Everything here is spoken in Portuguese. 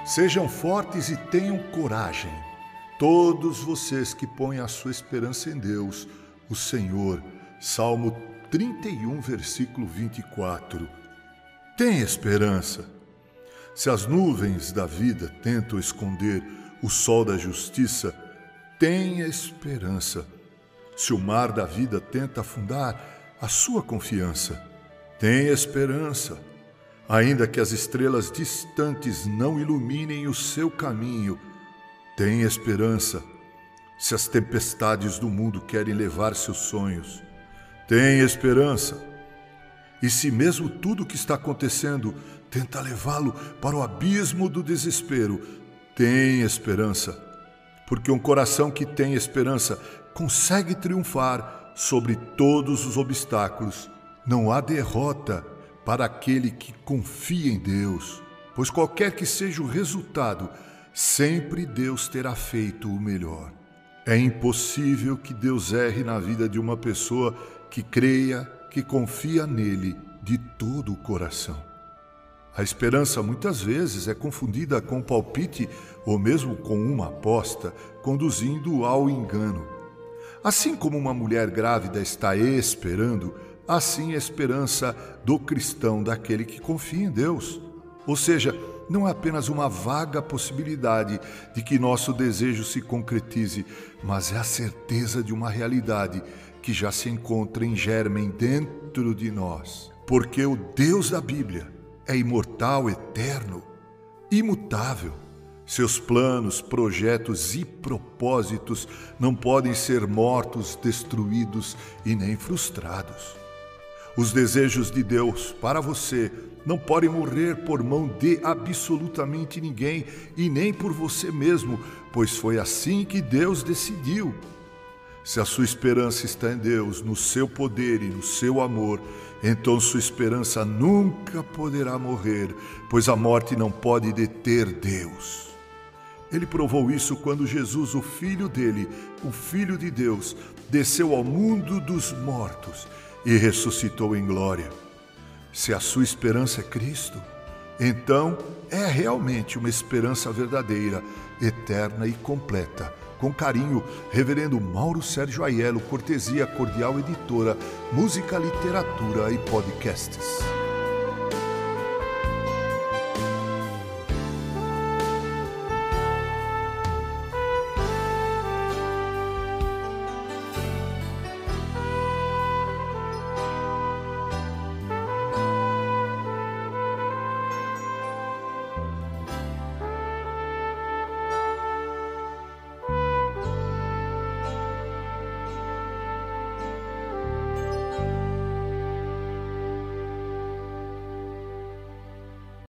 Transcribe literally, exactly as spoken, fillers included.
Sejam fortes e tenham coragem, todos vocês que põem a sua esperança em Deus, o Senhor. Salmo trinta e um, versículo vinte e quatro. Tem esperança. Se as nuvens da vida tentam esconder o sol da justiça, tenha esperança. Se o mar da vida tenta afundar a sua confiança, tenha esperança. Ainda que as estrelas distantes não iluminem o seu caminho, tenha esperança. Se as tempestades do mundo querem levar seus sonhos, tenha esperança. E se mesmo tudo o que está acontecendo tenta levá-lo para o abismo do desespero, tenha esperança. Porque um coração que tem esperança consegue triunfar sobre todos os obstáculos. Não há derrota para aquele que confia em Deus, pois qualquer que seja o resultado, sempre Deus terá feito o melhor. É impossível que Deus erre na vida de uma pessoa que creia, que confia nele de todo o coração. A esperança muitas vezes é confundida com palpite ou mesmo com uma aposta, conduzindo ao engano. Assim como uma mulher grávida está esperando, assim a esperança do cristão, daquele que confia em Deus. Ou seja, não é apenas uma vaga possibilidade de que nosso desejo se concretize, mas é a certeza de uma realidade que já se encontra em germen dentro de nós. Porque o Deus da Bíblia é imortal, eterno, imutável. Seus planos, projetos e propósitos não podem ser mortos, destruídos e nem frustrados. Os desejos de Deus para você não podem morrer por mão de absolutamente ninguém e nem por você mesmo, pois foi assim que Deus decidiu. Se a sua esperança está em Deus, no seu poder e no seu amor, então sua esperança nunca poderá morrer, pois a morte não pode deter Deus. Ele provou isso quando Jesus, o Filho dele, o Filho de Deus, desceu ao mundo dos mortos e ressuscitou em glória. Se a sua esperança é Cristo, então é realmente uma esperança verdadeira, eterna e completa. Com carinho, Reverendo Mauro Sérgio Aiello, cortesia Cordial Editora, Música, Literatura e Podcasts.